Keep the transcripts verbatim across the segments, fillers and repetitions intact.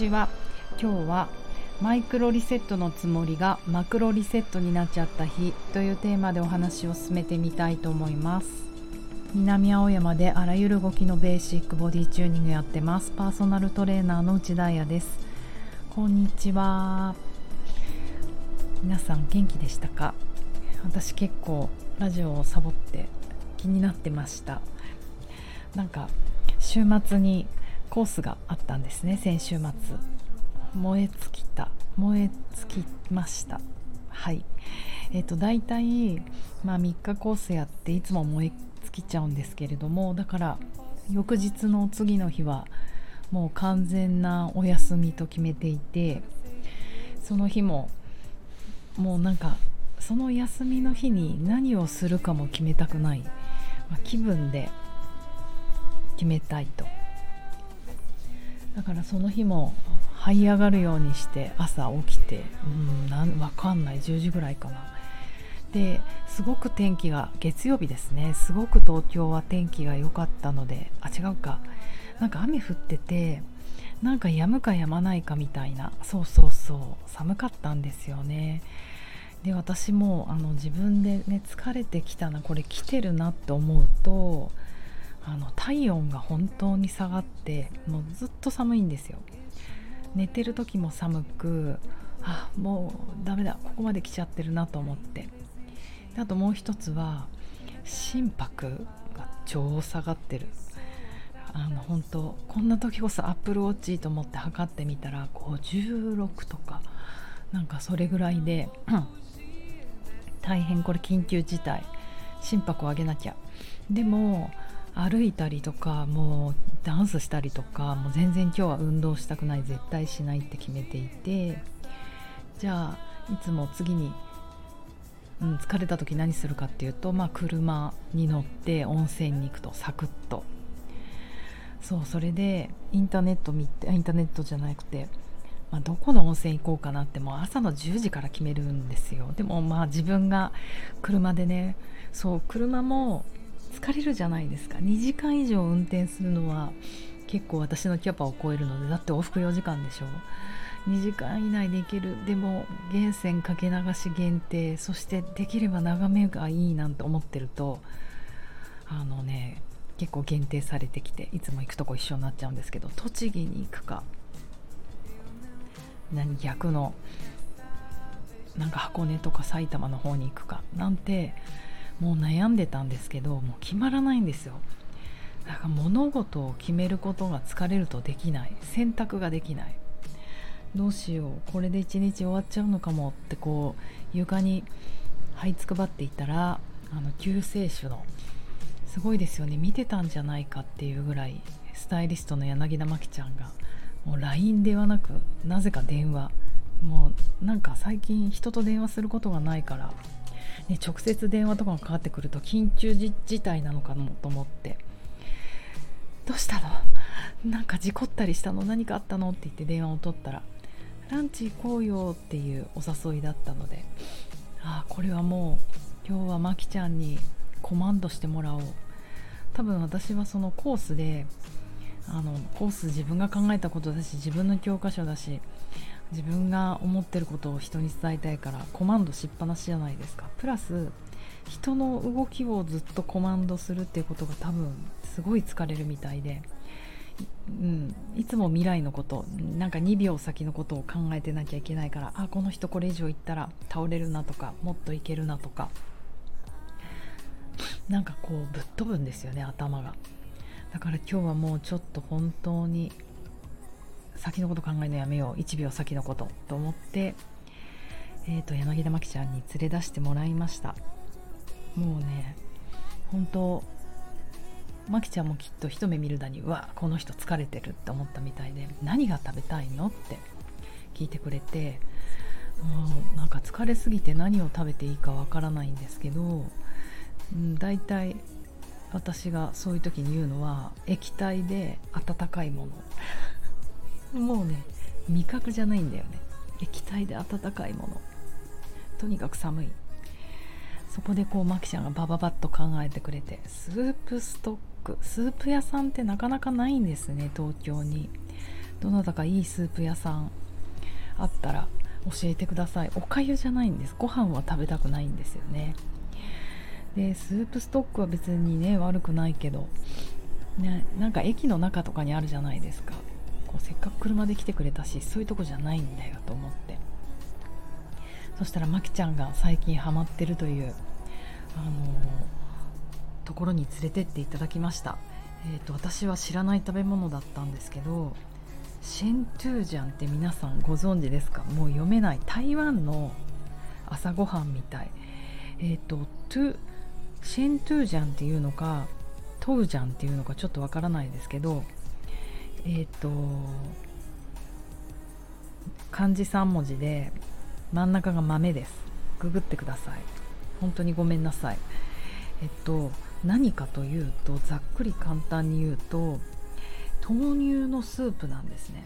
ちは。今日はマイクロリセットのつもりがマクロリセットになっちゃった日というテーマでお話を進めてみたいと思います。南青山であらゆる動きのベーシックボディチューニングやってます。パーソナルトレーナーの内田彩です。こんにちは。皆さん元気でしたか？私結構ラジオをサボって気になってました。なんか週末にコースがあったんですね。先週末燃え尽きた燃え尽きました。はいえーとだいたい、まあ、みっかコースやっていつも燃え尽きちゃうんですけれども、だから翌日の次の日はもう完全なお休みと決めていて、その日ももうなんかその休みの日に何をするかも決めたくない、まあ、気分で決めたいと。だからその日も這い上がるようにして朝起きて、うんなんわかんないじゅうじぐらいかな。ですごく天気が月曜日ですね。すごく東京は天気が良かったので、あ違うかなんか雨降ってて、なんか止むか止まないかみたいな、そうそうそう寒かったんですよね。で私もあの自分でね疲れてきたな、これ来てるなって思うと、あの体温が本当に下がってもうずっと寒いんですよ。寝てる時も寒く、あもうダメだここまで来ちゃってるなと思って、であともう一つは心拍が超下がってる。あの本当こんな時こそアップルウォッチと思って測ってみたらごじゅうろくとかなんかそれぐらいで、うん、大変これ緊急事態、心拍を上げなきゃ。でも歩いたりとかもうダンスしたりとかもう全然今日は運動したくない、絶対しないって決めていて、じゃあいつも次に、うん、疲れた時何するかっていうと、まあ、車に乗って温泉に行くとサクッと、そうそれでインターネット見て、インターネットじゃなくて、まあ、どこの温泉行こうかなってもう朝のじゅうじから決めるんですよ。でもまあ自分が車でね、そう車も疲れるじゃないですか。にじかん以上運転するのは結構私のキャパを超えるので、だって往復よじかんでしょ。にじかん以内で行ける。でも源泉かけ流し限定、そしてできれば眺めがいいなんて思ってると、あのね結構限定されてきて、いつも行くとこ一緒になっちゃうんですけど、栃木に行くか何逆のなんか箱根とか埼玉の方に行くかなんてもう悩んでたんですけど、もう決まらないんですよ。だから物事を決めることが疲れるとできない、選択ができない、どうしようこれで一日終わっちゃうのかもってこう床に這いつくばっていたら、あの救世主のすごいですよね、見てたんじゃないかっていうぐらいスタイリストの柳田真紀ちゃんがもう ライン ではなくなぜか電話、もうなんか最近人と電話することがないから、ね、直接電話とかがかかってくると緊急事態なのかもと思って、どうしたの、なんか事故ったりしたの、何かあったのって言って電話を取ったら、ランチ行こうよっていうお誘いだったので、あこれはもう今日はまきちゃんにコマンドしてもらおう。多分私はそのコースで、あのコース自分が考えたことだし、自分の教科書だし、自分が思ってることを人に伝えたいからコマンドしっぱなしじゃないですか。プラス人の動きをずっとコマンドするっていうことが多分すごい疲れるみたいで、うん、いつも未来のこと、なんかにびょう先のことを考えてなきゃいけないから、あこの人これ以上行ったら倒れるなとか、もっといけるなとか、なんかこうぶっ飛ぶんですよね頭が。だから今日はもうちょっと本当に先のこと考えるのやめよう、いちびょう先のことと思って、えーと柳田真紀ちゃんに連れ出してもらいました。もうね本当真紀ちゃんもきっと一目見るだに、うわこの人疲れてるって思ったみたいで、何が食べたいのって聞いてくれて、もうなんか疲れすぎて何を食べていいかわからないんですけど、うん、だいたい私がそういう時に言うのは液体で温かいものもうね味覚じゃないんだよね、液体で温かいもの、とにかく寒い。そこでこうマキちゃんがバババッと考えてくれて、スープストック、スープ屋さんってなかなかないんですね東京に。 どなたかいいスープ屋さんあったら教えてください。おかゆじゃないんです。ご飯は食べたくないんですよね。でスープストックは別にね悪くないけど、ね、なんか駅の中とかにあるじゃないですか。こうせっかく車で来てくれたし、そういうとこじゃないんだよと思って、そしたらまきちゃんが最近ハマってるというあのー、ところに連れてっていただきました。えーと、私は知らない食べ物だったんですけど、シェントゥージャンって皆さんご存知ですか？もう読めない台湾の朝ごはんみたい。えーと、トゥシェントゥージャンっていうのかトウジャンっていうのかちょっとわからないですけど、えーと漢字さん文字で真ん中が豆です。ググってください。本当にごめんなさい。えっと何かというと、ざっくり簡単に言うと豆乳のスープなんですね。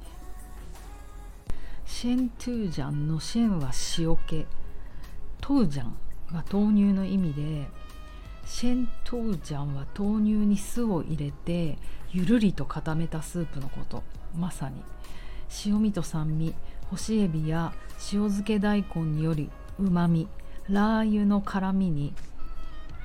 シェントゥージャンのシェンは塩気、トウジャンは豆乳の意味で、シェントウジャンは豆乳に酢を入れてゆるりと固めたスープのこと。まさに塩味と酸味、干しエビや塩漬け大根によりうまみ、ラー油の辛みに、うん、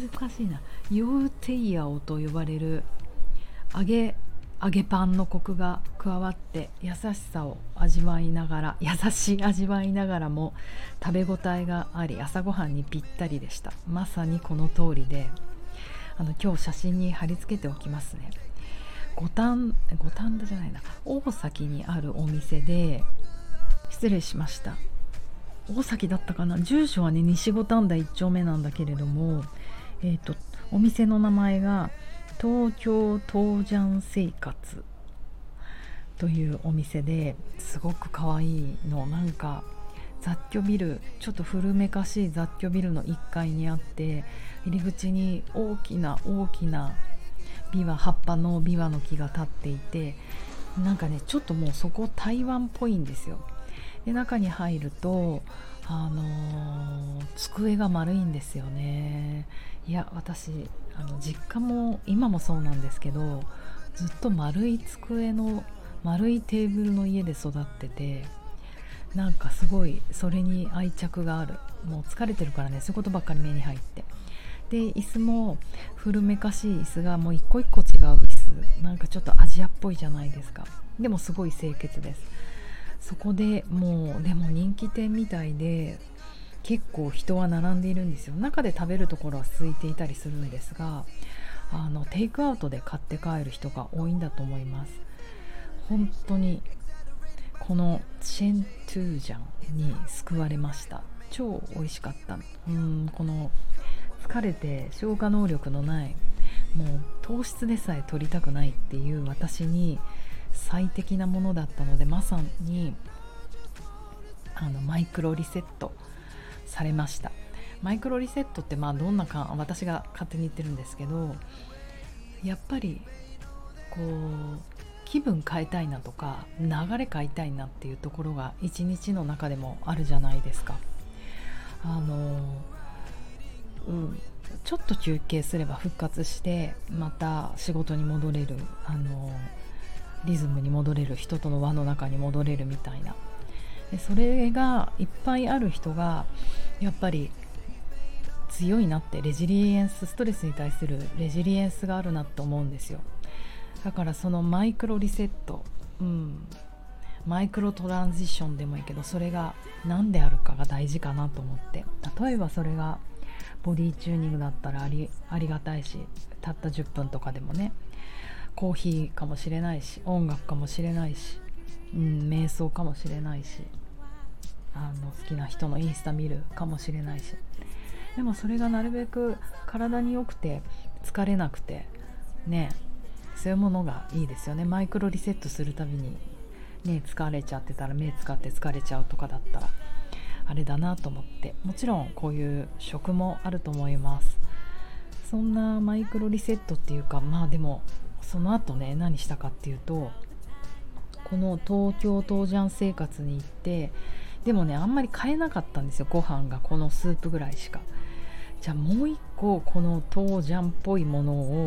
難しいな、ヨウテイヤオと呼ばれる揚げ揚げパンのコクが加わって優しさを味わいながら優しい味わいながらも食べ応えがあり、朝ごはんにぴったりでした。まさにこの通りで、あの今日写真に貼り付けておきますね。五反五反田じゃないな大崎にあるお店で、失礼しました、大崎だったかな、住所はね西五反田いっ丁目なんだけれども、えーとお店の名前が東京東ジャン生活というお店で、すごく可愛いの。なんか雑居ビル、ちょっと古めかしい雑居ビルのいっかいにあって、入り口に大きな大きなビワ、葉っぱのビワの木が立っていて、なんかねちょっともうそこ台湾っぽいんですよ。で中に入るとあのー、机が丸いんですよね。いや私あの実家も今もそうなんですけど、ずっと丸い机の丸いテーブルの家で育ってて、なんかすごいそれに愛着がある。もう疲れてるからね、そういうことばっかり目に入って、で椅子も古めかしい椅子がもう一個一個違う椅子、なんかちょっとアジアっぽいじゃないですか。でもすごい清潔です。そこでもうでも人気店みたいで結構人は並んでいるんですよ。中で食べるところは空いていたりするんですが、あのテイクアウトで買って帰る人が多いんだと思います。本当にこのシェントゥージャンに救われました。超美味しかった。うん、この疲れて消化能力のない、もう糖質でさえ取りたくないっていう私に最適なものだったので、まさにあのマイクロリセットされました。マイクロリセットってまあどんなか、私が勝手に言ってるんですけど、やっぱりこう気分変えたいなとか流れ変えたいなっていうところが一日の中でもあるじゃないですか。あの、うん、ちょっと休憩すれば復活してまた仕事に戻れる、あのリズムに戻れる、人との輪の中に戻れるみたいな。でそれがいっぱいある人がやっぱり強いなって、レジリエンス、ストレスに対するレジリエンスがあるなと思うんですよ。だからそのマイクロリセット、うん、マイクロトランジションでもいいけど、それが何であるかが大事かなと思って、例えばそれがボディチューニングだったらあり、ありがたいし、たったじゅっぷんとかでもね、コーヒーかもしれないし、音楽かもしれないし、うん、瞑想かもしれないし、あの好きな人のインスタ見るかもしれないし、でもそれがなるべく体に良くて疲れなくてね、そういうものがいいですよね。マイクロリセットするたびにね、疲れちゃってたら、目使って疲れちゃうとかだったらあれだなと思って、もちろんこういう食もあると思います。そんなマイクロリセットっていうか、まあでもその後ね何したかっていうと、この東京東ジャン生活に行って、でもねあんまり買えなかったんですよ。ご飯がこのスープぐらいしか。じゃあもう一個この東ジャンっぽいものを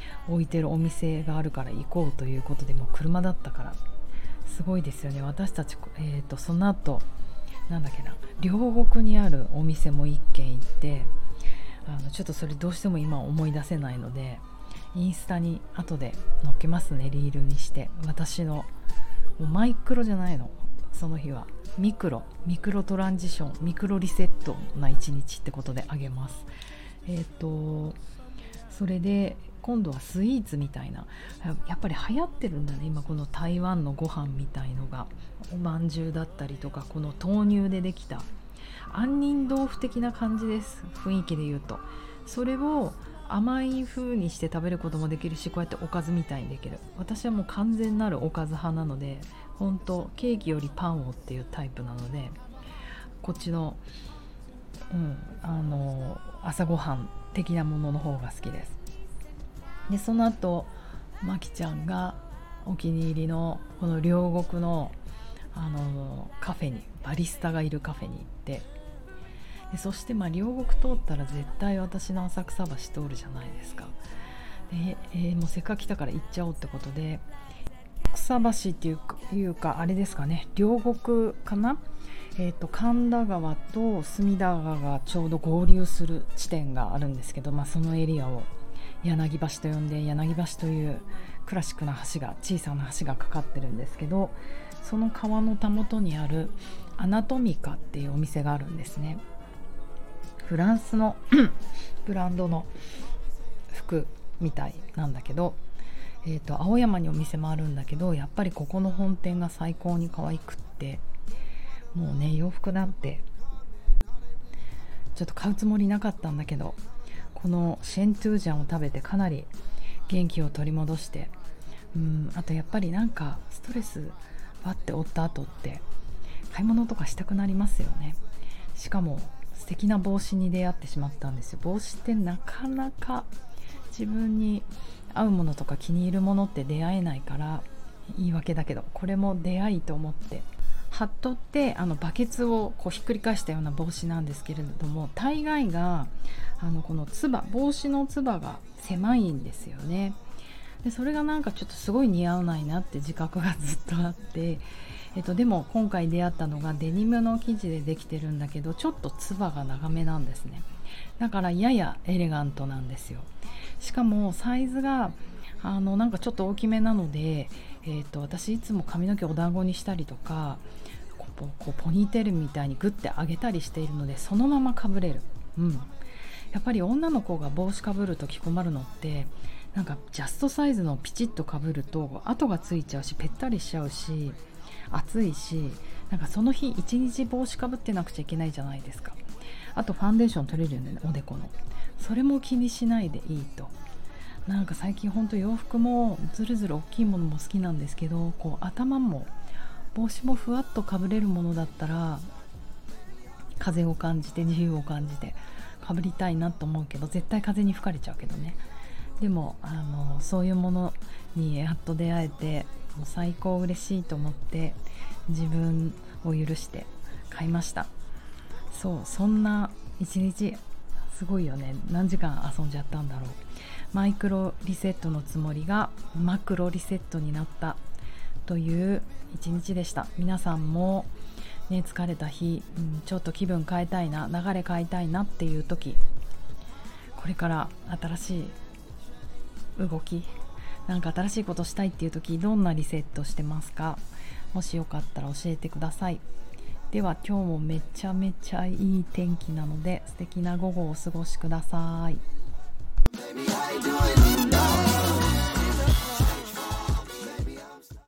置いてるお店があるから行こうということで、もう車だったからすごいですよね。私たち、えーと、その後なんだっけな、両国にあるお店も一軒行って、あのちょっとそれどうしても今思い出せないのでインスタに後で載っけますね、リールにして。私のもうマイクロじゃないの、その日はミクロミクロトランジションミクロリセットな一日ってことであげます。えっとそれで今度はスイーツみたいな、やっぱり流行ってるんだね今、この台湾のご飯みたいのが。おまんじゅうだったりとか、この豆乳でできた杏仁豆腐的な感じです、雰囲気で言うと。それを甘い風にして食べることもできるし、こうやっておかずみたいにできる。私はもう完全なるおかず派なので、本当ケーキよりパンをっていうタイプなので、こっちの、うん、あの朝ごはん的なものの方が好きです。でその後まきちゃんがお気に入りのこの両国のあのカフェに、バリスタがいるカフェに行って、でそしてまあ両国通ったら絶対私の浅草橋通るじゃないですか。で、えー、もうせっかく来たから行っちゃおうってことで、草橋っていうか、いうかあれですかね、両国かな、えーと、神田川と隅田川がちょうど合流する地点があるんですけど、まあ、そのエリアを柳橋と呼んで、柳橋というクラシックな橋が、小さな橋がかかってるんですけど、その川のたもとにあるアナトミカっていうお店があるんですね。フランスのブランドの服みたいなんだけど、えーと、青山にお店もあるんだけど、やっぱりここの本店が最高に可愛くって、もうね洋服なんてちょっと買うつもりなかったんだけど、このシェントゥージャンを食べてかなり元気を取り戻して、うん、あとやっぱりなんかストレスバッて負った後って買い物とかしたくなりますよね。しかも素敵な帽子に出会ってしまったんですよ。帽子ってなかなか自分に合うものとか気に入るものって出会えないから、言い訳だけどこれも出会いと思って、ハットってあのバケツをこうひっくり返したような帽子なんですけれども、大概があのこのつば、帽子のつばが狭いんですよね。でそれがなんかちょっとすごい似合わないなって自覚がずっとあって、えっと、でも今回出会ったのがデニムの生地でできてるんだけど、ちょっとつばが長めなんですね。だからややエレガントなんですよ。しかもサイズがあのなんかちょっと大きめなので、えっと、私いつも髪の毛お団子にしたりとか、こうこうポニーテールみたいにグッて上げたりしているので、そのままかぶれる、うん、やっぱり女の子が帽子かぶるとき困るのって、なんかジャストサイズのピチッとかぶると跡がついちゃうし、ぺったりしちゃうし、暑いし、なんかその日一日帽子かぶってなくちゃいけないじゃないですか。あとファンデーション取れるよね、おでこの。それも気にしないでいいと。なんか最近ほんと洋服もずるずる大きいものも好きなんですけど、こう頭も帽子もふわっとかぶれるものだったら風を感じて自由を感じてかぶりたいなと思うけど、絶対風に吹かれちゃうけどね。でもあのそういうものにやっと出会えて、もう最高嬉しいと思って自分を許して買いました。そう、そんな一日すごいよね。何時間遊んじゃったんだろう。マイクロリセットのつもりがマクロリセットになったという一日でした。皆さんもね、疲れた日、うん、ちょっと気分変えたいな、流れ変えたいなっていう時、これから新しい動き、なんか新しいことしたいっていう時、どんなリセットしてますか？もしよかったら教えてください。では今日もめちゃめちゃいい天気なので、素敵な午後をお過ごしください。